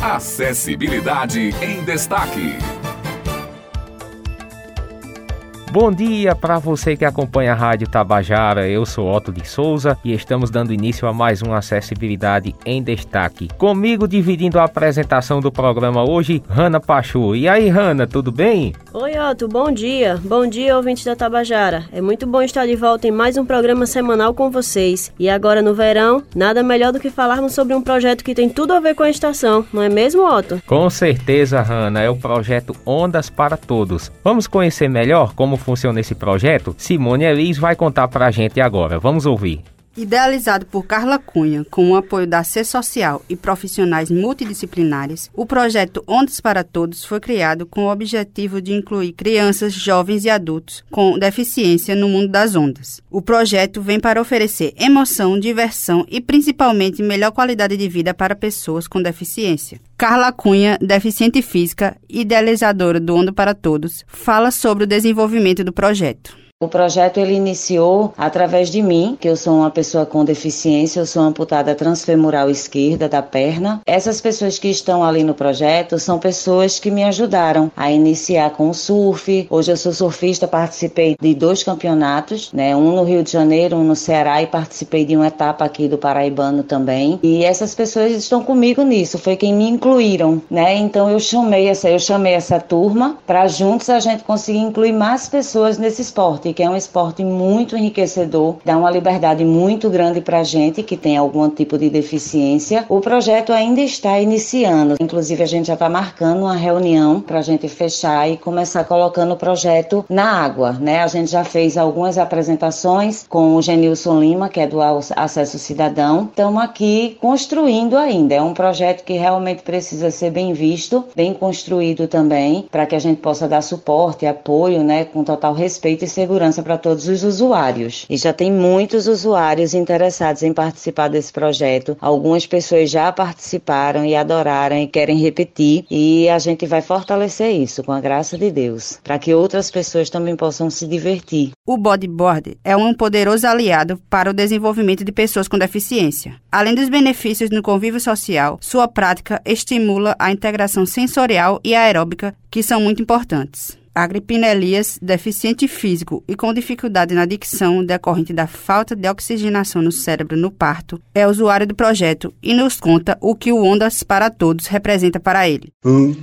Acessibilidade em Destaque. Bom dia para você que acompanha a Rádio Tabajara, eu sou Otto de Souza e estamos dando início a mais um Acessibilidade em Destaque. Comigo dividindo a apresentação do programa hoje, Hanna Pachu. E aí, Hanna, tudo bem? Oi, Otto, bom dia. Bom dia, ouvintes da Tabajara. É muito bom estar de volta em mais um programa semanal com vocês. E agora no verão, nada melhor do que falarmos sobre um projeto que tem tudo a ver com a estação, não é mesmo, Otto? Com certeza, Hanna, é o projeto Ondas para Todos. Vamos conhecer melhor como funciona esse projeto? Simone Elis vai contar pra gente agora. Vamos ouvir. Idealizado por Carla Cunha, com o apoio da C Social e profissionais multidisciplinares, o projeto Ondas para Todos foi criado com o objetivo de incluir crianças, jovens e adultos com deficiência no mundo das ondas. O projeto vem para oferecer emoção, diversão e principalmente melhor qualidade de vida para pessoas com deficiência. Carla Cunha, deficiente física, idealizadora do Onda para Todos, fala sobre o desenvolvimento do projeto. O projeto ele iniciou através de mim, que eu sou uma pessoa com deficiência, eu sou amputada transfemoral esquerda da perna. Essas pessoas que estão ali no projeto são pessoas que me ajudaram a iniciar com o surf. Hoje eu sou surfista, participei de 2 campeonatos, um no Rio de Janeiro, um no Ceará, e participei de uma etapa aqui do Paraibano também. E essas pessoas estão comigo nisso, foi quem me incluíram, Então eu chamei essa turma para juntos a gente conseguir incluir mais pessoas nesse esporte, que é um esporte muito enriquecedor, dá uma liberdade muito grande para a gente que tem algum tipo de deficiência. O projeto ainda está iniciando, inclusive a gente já está marcando uma reunião para a gente fechar e começar colocando o projeto na água, A gente já fez algumas apresentações com o Genilson Lima, que é do Acesso Cidadão. Estamos aqui construindo ainda, é um projeto que realmente precisa ser bem visto, bem construído também, para que a gente possa dar suporte, apoio, com total respeito e segurança para todos os usuários. E já tem muitos usuários interessados em participar desse projeto. Algumas pessoas já participaram e adoraram e querem repetir. E a gente vai fortalecer isso, com a graça de Deus, para que outras pessoas também possam se divertir. O bodyboard é um poderoso aliado para o desenvolvimento de pessoas com deficiência. Além dos benefícios no convívio social, sua prática estimula a integração sensorial e aeróbica, que são muito importantes. Agripina Elias, deficiente físico e com dificuldade na dicção decorrente da falta de oxigenação no cérebro no parto, é usuário do projeto e nos conta o que o Ondas para Todos representa para ele. O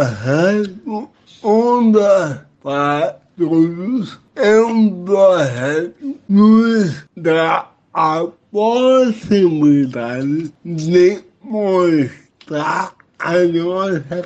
projeto Ondas para Todos é um projeto que nos dá a possibilidade de mostrar a nossa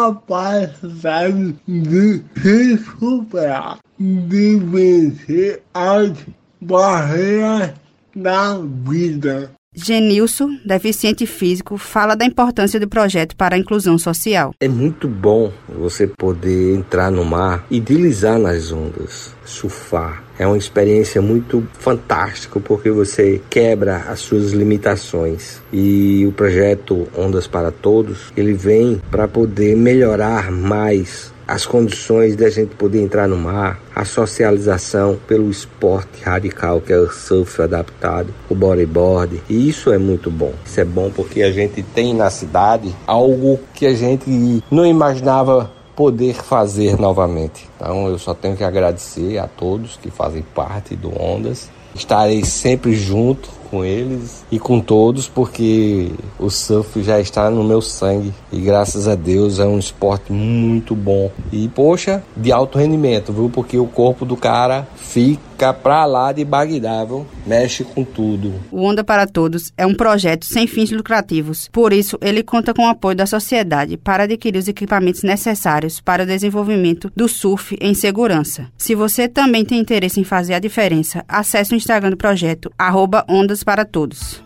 capacidade de se superar, de vencer as barreiras da vida. Genilson, deficiente físico, fala da importância do projeto para a inclusão social. É muito bom você poder entrar no mar e deslizar nas ondas, surfar. É uma experiência muito fantástica porque você quebra as suas limitações. E o projeto Ondas para Todos, ele vem para poder melhorar mais as condições de a gente poder entrar no mar, a socialização pelo esporte radical que é o surf adaptado, o bodyboard, e isso é muito bom. Isso é bom porque a gente tem na cidade algo que a gente não imaginava poder fazer novamente. Então eu só tenho que agradecer a todos que fazem parte do Ondas. Estarei sempre junto com eles e com todos, porque o surf já está no meu sangue e graças a Deus é um esporte muito bom e, poxa, de alto rendimento, viu? Porque o corpo do cara fica pra lá de Bagdá, viu? Mexe com tudo. O Onda para Todos é um projeto sem fins lucrativos, por isso ele conta com o apoio da sociedade para adquirir os equipamentos necessários para o desenvolvimento do surf em segurança. Se você também tem interesse em fazer a diferença, acesse o Instagram do projeto, @Ondas para Todos.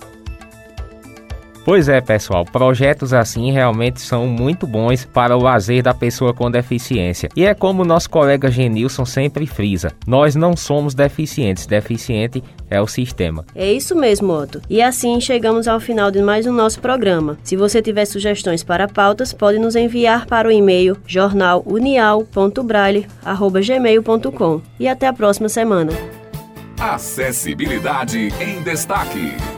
Pois é, pessoal, projetos assim realmente são muito bons para o lazer da pessoa com deficiência. E é como o nosso colega Genilson sempre frisa, nós não somos deficientes, deficiente é o sistema. É isso mesmo, Otto. E assim chegamos ao final de mais um nosso programa. Se você tiver sugestões para pautas, pode nos enviar para o e-mail jornalunial.braille@gmail.com. E até a próxima semana. Acessibilidade em Destaque.